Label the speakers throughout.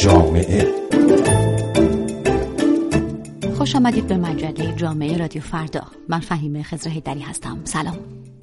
Speaker 1: جامعه.
Speaker 2: خوش آمدید به مجله جامعه رادیو فردا. من فهیمه خضر حیدری هستم. سلام.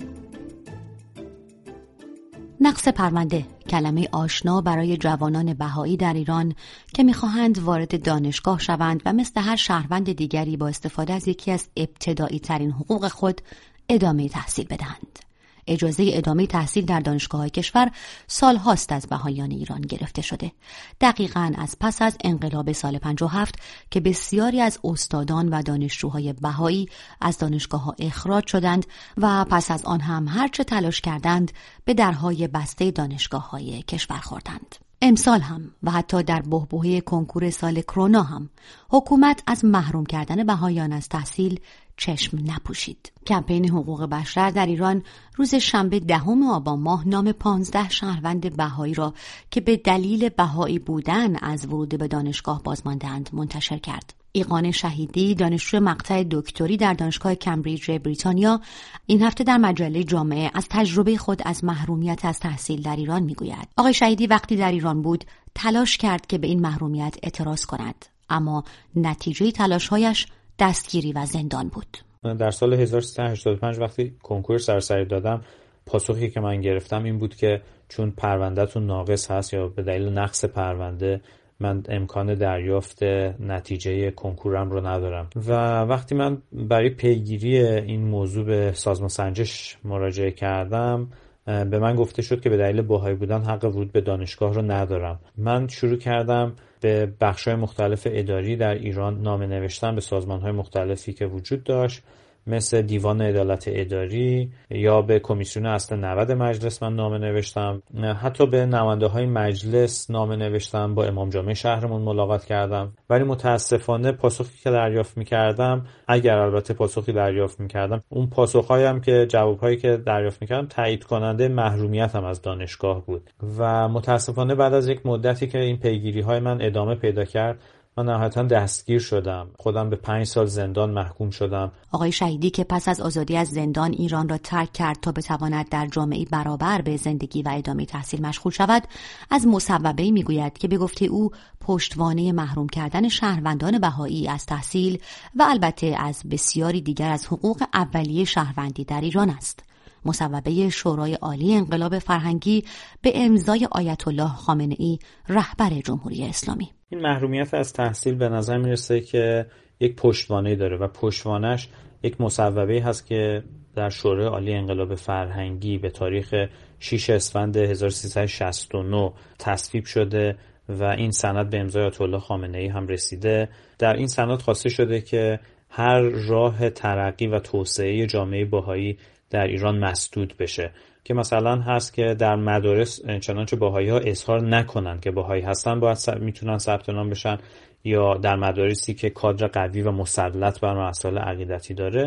Speaker 2: نقص پرونده، کلمه آشنا برای جوانان بهایی در ایران که می‌خواهند وارد دانشگاه شوند و مثل هر شهروند دیگری با استفاده از یکی از ابتدایی ترین حقوق خود ادامه تحصیل بدهند. اجازه ادامه تحصیل در دانشگاه‌های کشور سال‌هاست از بهاییان ایران گرفته شده. دقیقاً از پس از انقلاب سال 57 که بسیاری از استادان و دانشجوهای بهایی از دانشگاه‌ها اخراج شدند و پس از آن هم هرچه تلاش کردند به درهای بسته دانشگاه‌های کشور خوردند. امسال هم و حتی در بحبوحه کنکور سال کرونا هم حکومت از محروم کردن بهاییان از تحصیل چشم نپوشید. کمپین حقوق بشر در ایران روز شنبه 10 آبان ماه نام 15 شهروند بهایی را که به دلیل بهایی بودن از ورود به دانشگاه بازمانده‌اند منتشر کرد. ایقان شهیدی، دانشجو مقطع دکتری در دانشگاه کمبریج بریتانیا، این هفته در مجله جامعه از تجربه خود از محرومیت از تحصیل در ایران میگوید. آقای شهیدی وقتی در ایران بود تلاش کرد که به این محرومیت اعتراض کند، اما نتیجه تلاش‌هایش دستگیری و زندان بود.
Speaker 3: در سال 1385 وقتی کنکور سراسری دادم، پاسخی که من گرفتم این بود که چون پرونده‌تون ناقص هست یا به دلیل نقص پرونده من امکان دریافت نتیجه کنکورم رو ندارم. و وقتی من برای پیگیری این موضوع به سازمان سنجش مراجعه کردم، به من گفته شد که به دلیل بهایی بودن حق ورود به دانشگاه رو ندارم. من شروع کردم به بخش‌های مختلف اداری در ایران نامه نوشتن به سازمان‌های مختلفی که وجود داشت، مثل دیوان عدالت اداری یا به کمیسیون اصل 90 مجلس من نامه نوشتم، حتی به نماینده‌های مجلس نامه نوشتم، با امام جمعه شهرمون ملاقات کردم. ولی متاسفانه پاسخی که دریافت می‌کردم، اگر البته پاسخی دریافت می‌کردم، اون پاسخ‌هایی که جواب‌هایی که دریافت می‌کردم تایید کننده محرومیتم از دانشگاه بود. و متاسفانه بعد از یک مدتی که این پیگیری‌های من ادامه پیدا کرد، من نهایتاً دستگیر شدم. خودم به 5 سال زندان محکوم شدم.
Speaker 2: آقای شهیدی که پس از آزادی از زندان ایران را ترک کرد تا بتواند در جامعه برابر به زندگی و ادامه تحصیل مشغول شود، از مصوبه‌ای میگوید که به گفته او پشتوانه محروم کردن شهروندان بهایی از تحصیل و البته از بسیاری دیگر از حقوق اولیه شهروندی در ایران است. مصوبه شورای عالی انقلاب فرهنگی به امضای آیت الله خامنه‌ای رهبر جمهوری اسلامی.
Speaker 3: این محرومیت از تحصیل به نظر میرسه که یک پشتوانه داره و پشتوانش یک مصوبه هست که در شورای عالی انقلاب فرهنگی به تاریخ 6 اسفند 1369 تصویب شده و این سند به امضای آیت الله خامنه‌ای هم رسیده. در این سند خواسته شده که هر راه ترقی و توسعه جامعه بهایی در ایران مسدود بشه، که مثلا هست که در مدارس چنانچه بهایی‌ها اظهار نکنن که بهایی هستن باید میتونن ثبت نام بشن، یا در مدارسی که کادر قوی و مسلط بر مسائل عقیدتی داره.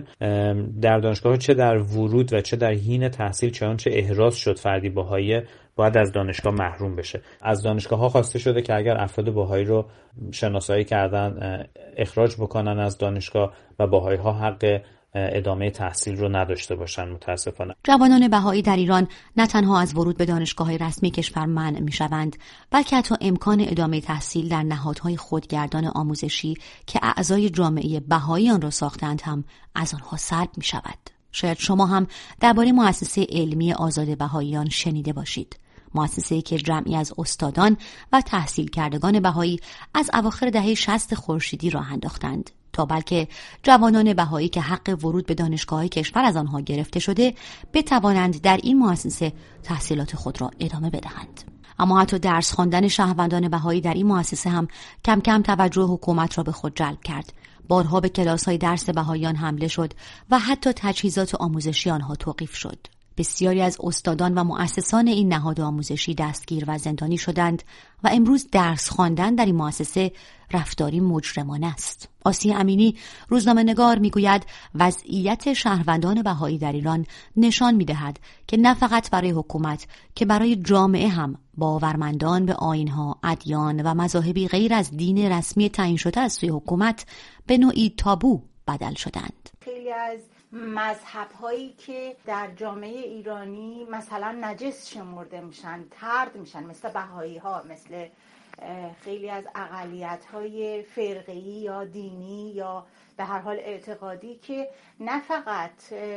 Speaker 3: در دانشگاه چه در ورود و چه در حین تحصیل چنانچه احراز شد فردی بهایی باید از دانشگاه محروم بشه. از دانشگاه‌ها خواسته شده که اگر افراد بهایی رو شناسایی کردن اخراج بکنن از دانشگاه و بهایی‌ها حق ادامه تحصیل رو نداشته باشن. متاسفانه
Speaker 2: جوانان بهایی در ایران نه تنها از ورود به دانشگاه‌های رسمی کشور منع می‌شوند، بلکه حتی امکان ادامه تحصیل در نهادهای خودگردان آموزشی که اعضای جامعه بهایی آن را ساختند هم از آنها سلب می‌شود. شاید شما هم درباره مؤسسه علمی آزاد بهاییان شنیده باشید. مؤسسه‌ای که جمعی از استادان و تحصیل کردگان بهایی از اواخر دهه 60 خورشیدی راه انداختند تا بلکه جوانان بهایی که حق ورود به دانشگاه‌های کشور از آنها گرفته شده بتوانند در این مؤسسه تحصیلات خود را ادامه بدهند. اما حتی درس خواندن شهروندان بهایی در این مؤسسه هم کم کم توجه حکومت را به خود جلب کرد. بارها به کلاس‌های درس بهاییان حمله شد و حتی تجهیزات آموزشی آنها توقیف شد. بسیاری از استادان و مؤسسان این نهاد آموزشی دستگیر و زندانی شدند و امروز درس خواندن در این مؤسسه رفتاری مجرمانه است. آسیه امینی روزنامه‌نگار میگوید وضعیت شهروندان بهایی در ایران نشان میدهد که نه فقط برای حکومت که برای جامعه هم باورمندان به آیین‌ها، ادیان و مذاهبی غیر از دین رسمی تعیین شده از سوی حکومت به نوعی تابو بدل شدند.
Speaker 4: خیلی از مذهب‌هایی که در جامعه ایرانی مثلا نجس شمرده میشن، طرد میشن، مثل بهایی‌ها، مثل خیلی از اقلیت‌های فرقه‌ای یا دینی یا به هر حال اعتقادی که نه فقط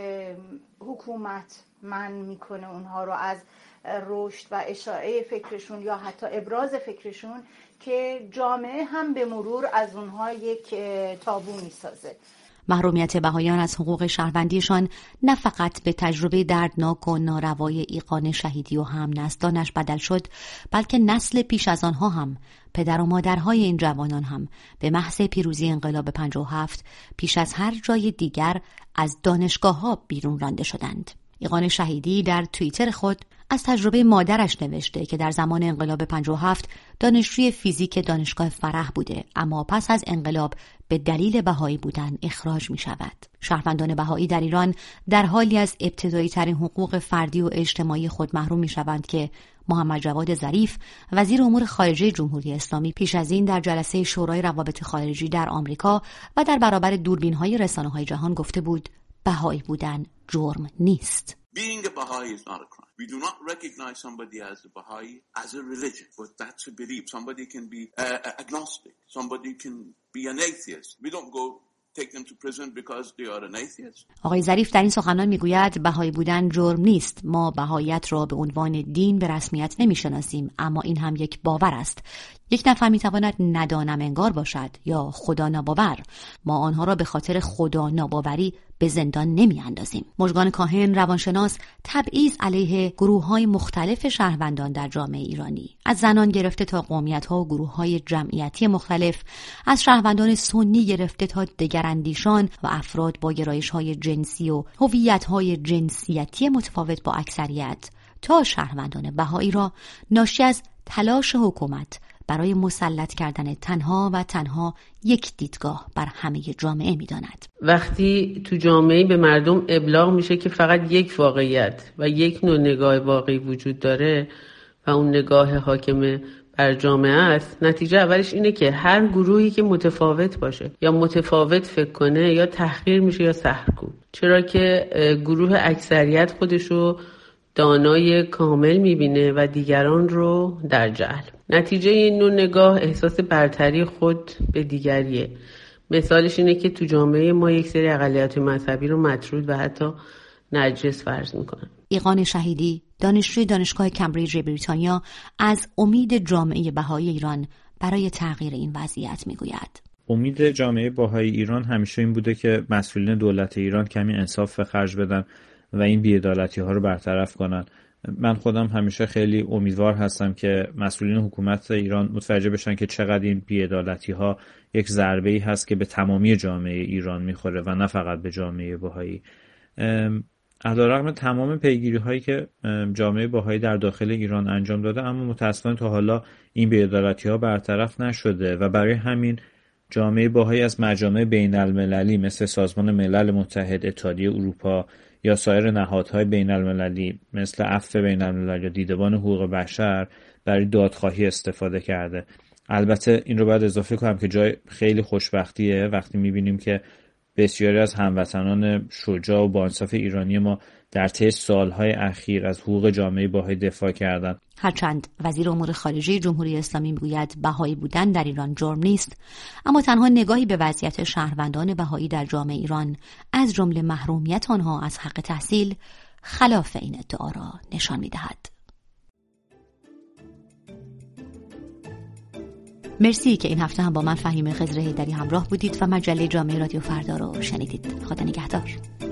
Speaker 4: حکومت منع میکنه اونها رو از رشد و اشاعه فکرشون یا حتی ابراز فکرشون، که جامعه هم به مرور از اونها یک تابو میسازه.
Speaker 2: محرومیت بهائیان از حقوق شهروندیشان نه فقط به تجربه دردناک و ناروای ایقان شهیدی و هم نسلانش بدل شد، بلکه نسل پیش از آنها هم، پدر و مادرهای این جوانان هم به محض پیروزی انقلاب 57 پیش از هر جای دیگر از دانشگاه‌ها بیرون رانده شدند. ایقان شهیدی در توییتر خود از تجربه مادرش نوشته که در زمان انقلاب 57 دانشجوی فیزیک دانشگاه فرح بوده، اما پس از انقلاب به دلیل بهایی بودن اخراج می شود. شهروندان بهایی در ایران در حالی از ابتدایی ترین حقوق فردی و اجتماعی خود محروم می شوند که محمد جواد ظریف وزیر امور خارجه جمهوری اسلامی پیش از این در جلسه شورای روابط خارجی در آمریکا و در برابر دوربین‌های رسانه‌های جهان گفته بود بهایی بودن جرم نیست.
Speaker 1: Being a Baha'i is not a crime. We do not recognize somebody as a Baha'i as a religion, but that's a belief. Somebody can be agnostic. Somebody can be an atheist. We don't go take them to prison because they are an atheist.
Speaker 2: آقای ظریف در این سخنان میگوید بهایی بودن جرم نیست. ما بهاییت را به عنوان دین به رسمیت نمیشناسیم، اما این هم یک باور است. یک نفر میتواند ندانم انگار باشد یا خدا ناباور. ما آنها را به خاطر خدا ناباوری به زندان نمی اندازیم. مژگان کاهن روانشناس تبعیض علیه گروه‌های مختلف شهروندان در جامعه ایرانی، از زنان گرفته تا قومیت‌ها و گروه‌های جمعیتی مختلف، از شهروندان سنی گرفته تا دگراندیشان و افراد با گرایش‌های جنسی و هویت‌های جنسیتی متفاوت با اکثریت، تا شهروندان بهایی را ناشی از تلاش حکومت برای مسلط کردن تنها و تنها یک دیدگاه بر همه جامعه می‌داند.
Speaker 5: وقتی تو جامعه به مردم ابلاغ میشه که فقط یک واقعیت و یک نوع نگاه واقعی وجود داره و اون نگاه حاکم بر جامعه است، نتیجه اولش اینه که هر گروهی که متفاوت باشه یا متفاوت فکر کنه یا تحقیر میشه یا سحرکوب، چرا که گروه اکثریت خودشو دانای کامل میبینه و دیگران رو در جهل. نتیجه این نوع نگاه احساس برتری خود به دیگریه. مثالش اینه که تو جامعه ما یک سری اقلیت مذهبی رو مطرود و حتی نجس فرض میکنن.
Speaker 2: ایقان شهیدی، دانشجوی دانشگاه کمبریج بریتانیا، از امید جامعه بهایی ایران برای تغییر این وضعیت میگوید.
Speaker 3: امید جامعه بهایی ایران همیشه این بوده که مسئولین دولت ایران کمی انصاف به خرج بدن و این بی‌عدالتی‌ها رو برطرف کنن. من خودم همیشه خیلی امیدوار هستم که مسئولین حکومت ایران متوجه بشن که چقدر این بی‌عدالتی‌ها یک ضربه‌ای هست که به تمامی جامعه ایران میخوره و نه فقط به جامعه بهایی. علیرغم تمام پیگیری‌هایی که جامعه بهایی در داخل ایران انجام داده، اما متأسفانه تا حالا این بی‌عدالتی‌ها برطرف نشده و برای همین جامعه بهایی از مجامع بین‌المللی مثل سازمان ملل متحد، اتحادیه اروپا یا سایر نهادهای بین‌المللی مثل عفو بین‌الملل یا دیدبان حقوق بشر برای دادخواهی استفاده کرده. البته این رو باید اضافه کنم که جای خیلی خوشبختیه وقتی می‌بینیم که بسیاری از هموطنان شجاع و باانصاف ایرانی ما در طی سالهای اخیر از حقوق جامعه بهایی دفاع کردند.
Speaker 2: هرچند وزیر امور خارجه جمهوری اسلامی میگوید بهایی بودن در ایران جرم نیست، اما تنها نگاهی به وضعیت شهروندان بهایی در جامعه ایران، از جمله محرومیت آنها از حق تحصیل، خلاف این ادعا را نشان میدهد. مرسی که این هفته هم با من فهیمه خضر حیدری همراه بودید و مجله جامعه رادیو فردا رو شنیدید. خدا نگهدار.